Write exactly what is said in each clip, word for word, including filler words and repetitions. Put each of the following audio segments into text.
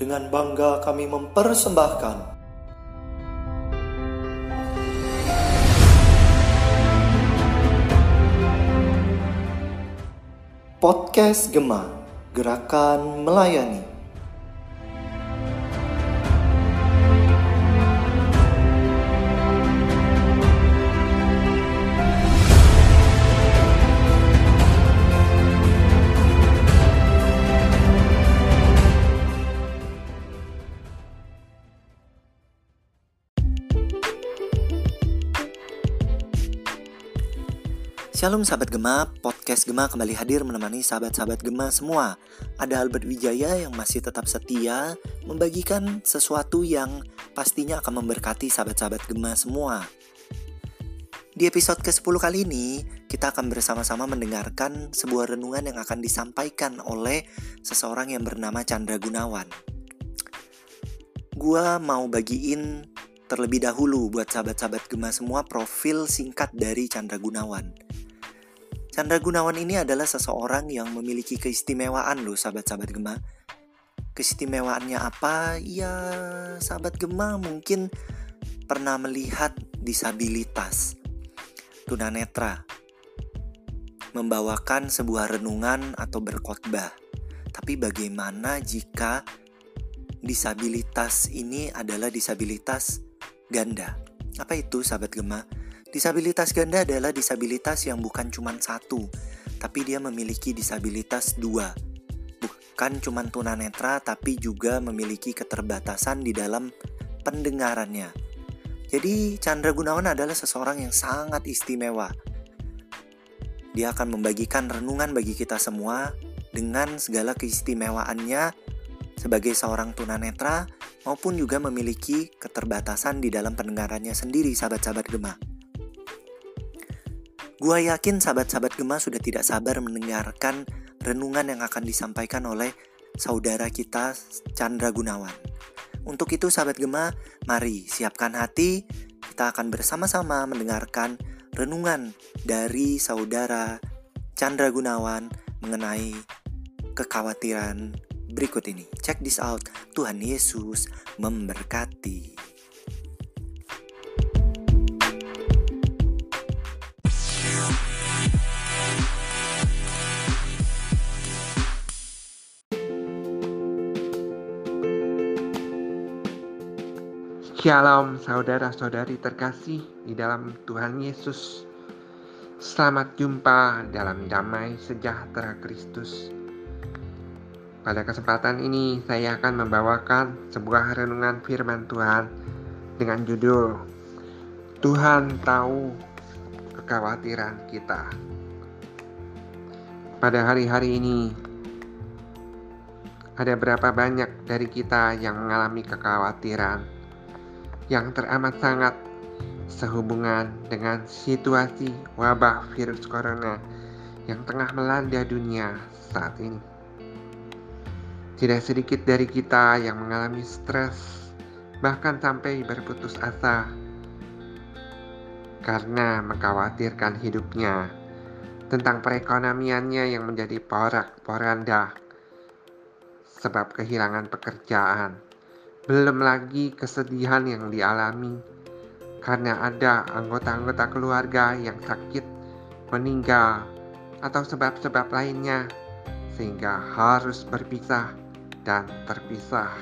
Dengan bangga kami mempersembahkan Podcast Gema, Gerakan Melayani. Shalom sahabat Gema, podcast Gema kembali hadir menemani sahabat-sahabat Gema semua. Ada Albert Wijaya yang masih tetap setia membagikan sesuatu yang pastinya akan memberkati sahabat-sahabat Gema semua. Di episode kesepuluh kali ini, kita akan bersama-sama mendengarkan sebuah renungan yang akan disampaikan oleh seseorang yang bernama Chandra Gunawan. Gua mau bagiin terlebih dahulu buat sahabat-sahabat Gema semua profil singkat dari Chandra Gunawan. Chandra Gunawan ini adalah seseorang yang memiliki keistimewaan loh sahabat-sahabat Gema. Keistimewaannya apa? Ya sahabat Gema mungkin pernah melihat disabilitas tunanetra membawakan sebuah renungan atau berkhotbah. Tapi bagaimana jika disabilitas ini adalah disabilitas ganda? Apa itu sahabat Gema? Disabilitas ganda adalah disabilitas yang bukan cuma satu, tapi dia memiliki disabilitas dua. Bukan cuma tunanetra, tapi juga memiliki keterbatasan di dalam pendengarannya. Jadi Chandra Gunawan adalah seseorang yang sangat istimewa. Dia akan membagikan renungan bagi kita semua dengan segala keistimewaannya sebagai seorang tunanetra maupun juga memiliki keterbatasan di dalam pendengarannya sendiri, sahabat-sahabat Gema. Gua yakin sahabat-sahabat Gema sudah tidak sabar mendengarkan renungan yang akan disampaikan oleh saudara kita Chandra Gunawan. Untuk itu sahabat Gema, mari siapkan hati, kita akan bersama-sama mendengarkan renungan dari saudara Chandra Gunawan mengenai kekhawatiran berikut ini. Check this out, Tuhan Yesus memberkati. Shalom saudara-saudari terkasih di dalam Tuhan Yesus. Selamat jumpa dalam damai sejahtera Kristus. Pada kesempatan ini saya akan membawakan sebuah renungan firman Tuhan dengan judul Tuhan tahu kekhawatiran kita. Pada hari-hari ini ada berapa banyak dari kita yang mengalami kekhawatiran yang teramat sangat sehubungan dengan situasi wabah virus corona yang tengah melanda dunia saat ini. Tidak sedikit dari kita yang mengalami stres, bahkan sampai berputus asa karena mengkhawatirkan hidupnya, tentang perekonomiannya yang menjadi porak-poranda sebab kehilangan pekerjaan. Belum lagi kesedihan yang dialami karena ada anggota-anggota keluarga yang sakit, meninggal, atau sebab-sebab lainnya sehingga harus berpisah dan terpisah.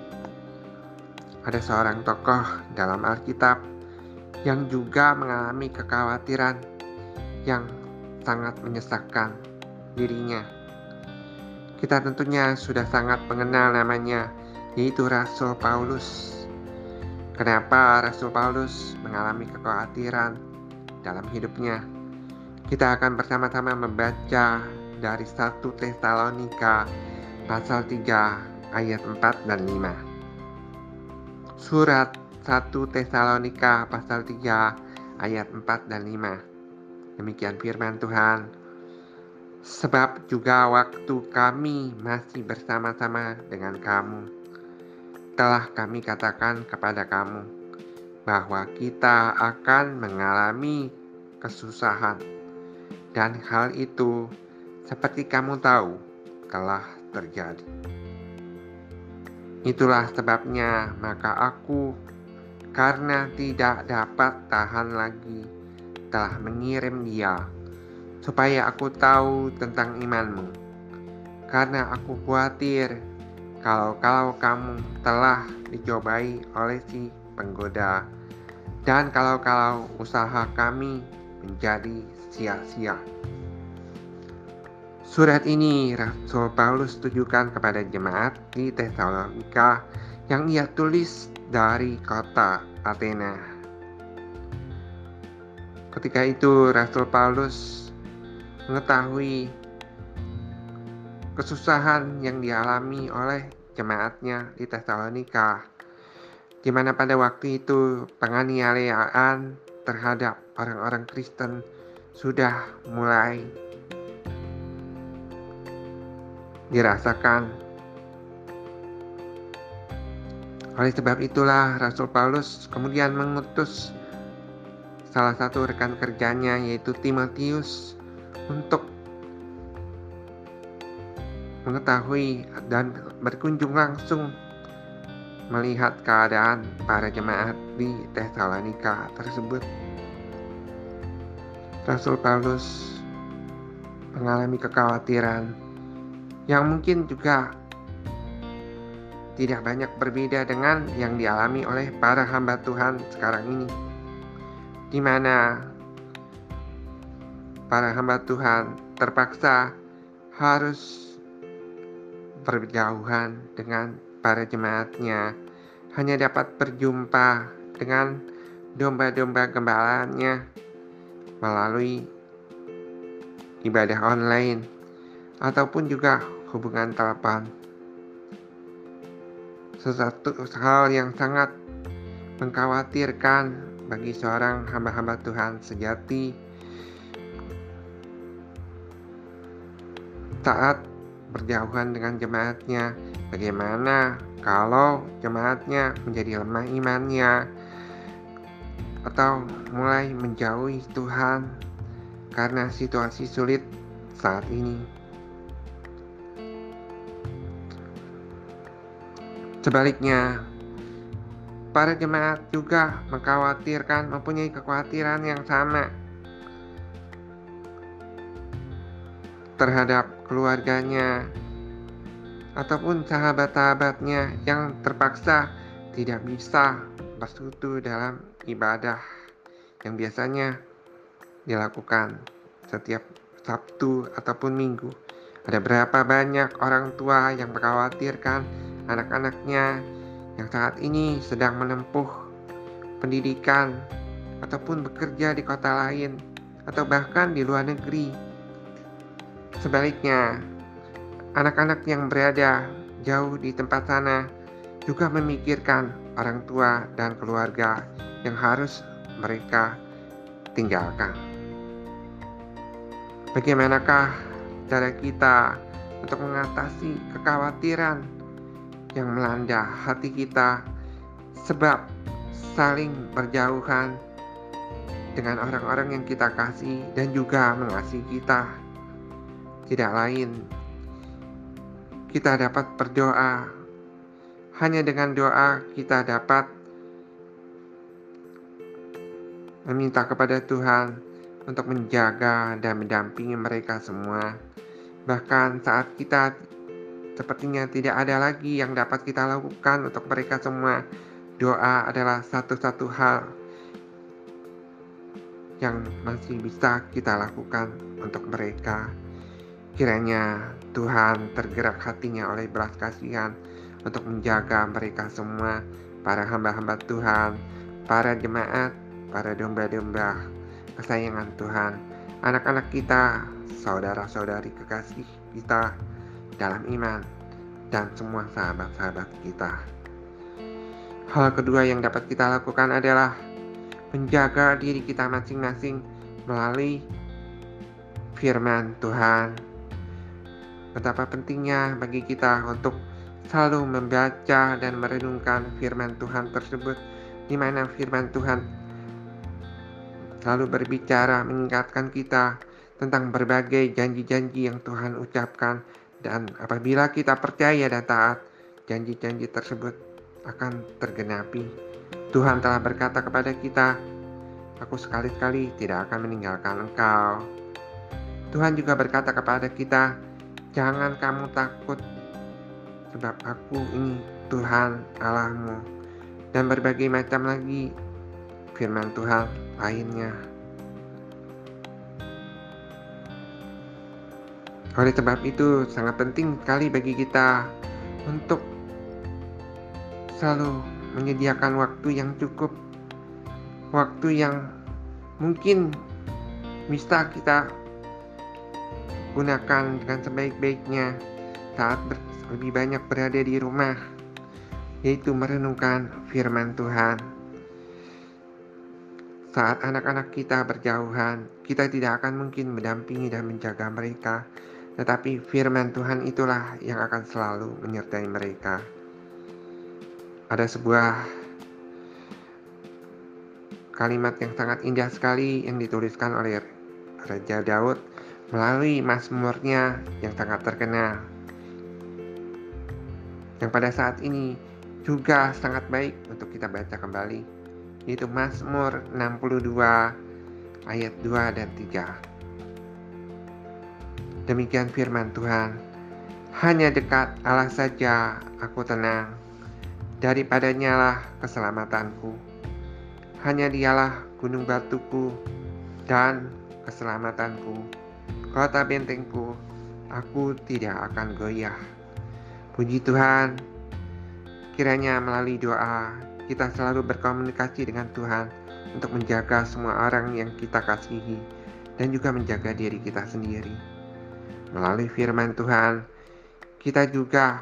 Ada seorang tokoh dalam Alkitab yang juga mengalami kekhawatiran yang sangat menyesakkan dirinya. Kita tentunya sudah sangat mengenal namanya, yaitu Rasul Paulus. Kenapa Rasul Paulus mengalami kekhawatiran dalam hidupnya? Kita akan bersama-sama membaca dari satu Tesalonika pasal tiga ayat empat dan lima. Surat satu Tesalonika pasal tiga ayat empat dan lima. Demikian firman Tuhan. Sebab juga waktu kami masih bersama-sama dengan kamu, telah kami katakan kepada kamu bahwa kita akan mengalami kesusahan, dan hal itu seperti kamu tahu telah terjadi. Itulah sebabnya maka aku, karena tidak dapat tahan lagi, telah mengirim dia, supaya aku tahu tentang imanmu. Karena aku khawatir kalau-kalau kamu telah dicobai oleh si penggoda, dan kalau-kalau usaha kami menjadi sia-sia. Surat ini Rasul Paulus tujukan kepada jemaat di Tesalonika yang ia tulis dari kota Athena. Ketika itu Rasul Paulus mengetahui kesusahan yang dialami oleh jemaatnya di Tesalonika, di mana pada waktu itu penganiayaan terhadap orang-orang Kristen sudah mulai dirasakan. Oleh sebab itulah Rasul Paulus kemudian mengutus salah satu rekan kerjanya, yaitu Timotius, untuk mengetahui dan berkunjung langsung melihat keadaan para jemaat di Tesalonika tersebut. Rasul Paulus mengalami kekhawatiran yang mungkin juga tidak banyak berbeda dengan yang dialami oleh para hamba Tuhan sekarang ini, di mana para hamba Tuhan terpaksa harus berjauhan dengan para jemaatnya, hanya dapat berjumpa dengan domba-domba gembalanya melalui ibadah online ataupun juga hubungan telepon. Sesuatu hal yang sangat mengkhawatirkan bagi seorang hamba-hamba Tuhan sejati saat berjauhan dengan jemaatnya. Bagaimana kalau jemaatnya menjadi lemah imannya atau mulai menjauhi Tuhan karena situasi sulit saat ini? Sebaliknya, para jemaat juga mengkhawatirkan, mempunyai kekhawatiran yang sama terhadap keluarganya ataupun sahabat-sahabatnya yang terpaksa tidak bisa bersekutu dalam ibadah yang biasanya dilakukan setiap Sabtu ataupun Minggu. Ada berapa banyak orang tua yang mengkhawatirkan anak-anaknya yang saat ini sedang menempuh pendidikan ataupun bekerja di kota lain atau bahkan di luar negeri. Sebaliknya, anak-anak yang berada jauh di tempat sana juga memikirkan orang tua dan keluarga yang harus mereka tinggalkan. Bagaimanakah cara kita untuk mengatasi kekhawatiran yang melanda hati kita sebab saling berjauhan dengan orang-orang yang kita kasih dan juga mengasihi kita? Tidak lain, kita dapat berdoa. Hanya dengan doa kita dapat meminta kepada Tuhan untuk menjaga dan mendampingi mereka semua. Bahkan saat kita sepertinya tidak ada lagi yang dapat kita lakukan untuk mereka semua, doa adalah satu-satu hal yang masih bisa kita lakukan untuk mereka. Kiranya Tuhan tergerak hatinya oleh belas kasihan untuk menjaga mereka semua, para hamba-hamba Tuhan, para jemaat, para domba-domba kesayangan Tuhan, anak-anak kita, saudara-saudari kekasih kita dalam iman, dan semua sahabat-sahabat kita. Hal kedua yang dapat kita lakukan adalah menjaga diri kita masing-masing melalui firman Tuhan. Betapa pentingnya bagi kita untuk selalu membaca dan merenungkan firman Tuhan tersebut, di mana firman Tuhan selalu berbicara mengingatkan kita tentang berbagai janji-janji yang Tuhan ucapkan. Dan apabila kita percaya dan taat, janji-janji tersebut akan tergenapi. Tuhan telah berkata kepada kita, "Aku sekali-kali tidak akan meninggalkan engkau." Tuhan juga berkata kepada kita, "Jangan kamu takut, sebab aku ini Tuhan Allahmu." Dan berbagai macam lagi firman Tuhan lainnya. Oleh sebab itu, sangat penting sekali bagi kita untuk selalu menyediakan waktu yang cukup, waktu yang mungkin bisa kita gunakan dengan sebaik-baiknya saat ber- lebih banyak berada di rumah, yaitu merenungkan firman Tuhan. Saat anak-anak kita berjauhan, kita tidak akan mungkin mendampingi dan menjaga mereka, tetapi firman Tuhan itulah yang akan selalu menyertai mereka. Ada sebuah kalimat yang sangat indah sekali yang dituliskan oleh Raja Daud melalui mazmurnya yang sangat terkenal, yang pada saat ini juga sangat baik untuk kita baca kembali, yaitu Mazmur enam puluh dua ayat dua dan tiga. Demikian firman Tuhan, "Hanya dekat Allah saja aku tenang, daripadanya lah keselamatanku. Hanya dialah gunung batuku dan keselamatanku, kota bentengku, aku tidak akan goyah." Puji Tuhan, kiranya melalui doa kita selalu berkomunikasi dengan Tuhan untuk menjaga semua orang yang kita kasihi dan juga menjaga diri kita sendiri. Melalui firman Tuhan, kita juga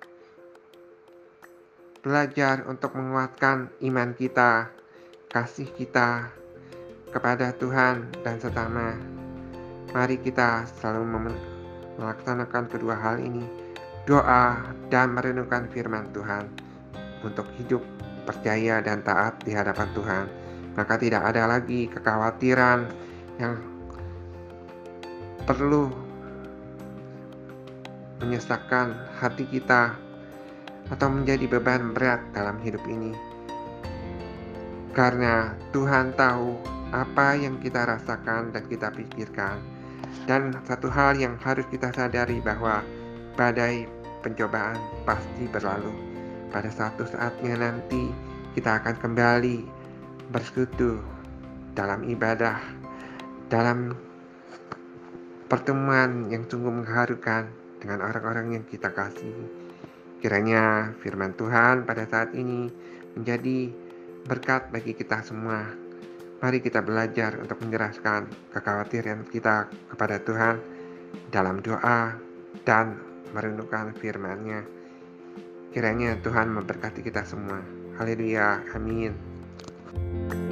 belajar untuk menguatkan iman kita, kasih kita kepada Tuhan dan sesama. Mari kita selalu mem- melaksanakan kedua hal ini, doa dan merenungkan firman Tuhan, untuk hidup percaya dan taat di hadapan Tuhan. Maka tidak ada lagi kekhawatiran yang perlu menyesakkan hati kita atau menjadi beban berat dalam hidup ini. Karena Tuhan tahu apa yang kita rasakan dan kita pikirkan. Dan satu hal yang harus kita sadari bahwa badai pencobaan pasti berlalu. Pada suatu saatnya nanti kita akan kembali bersekutu dalam ibadah, dalam pertemuan yang sungguh mengharukan dengan orang-orang yang kita kasihi. Kiranya firman Tuhan pada saat ini menjadi berkat bagi kita semua. Mari kita belajar untuk menyerahkan kekhawatiran kita kepada Tuhan dalam doa dan merenungkan firman-Nya. Kiranya Tuhan memberkati kita semua. Haleluya, amin.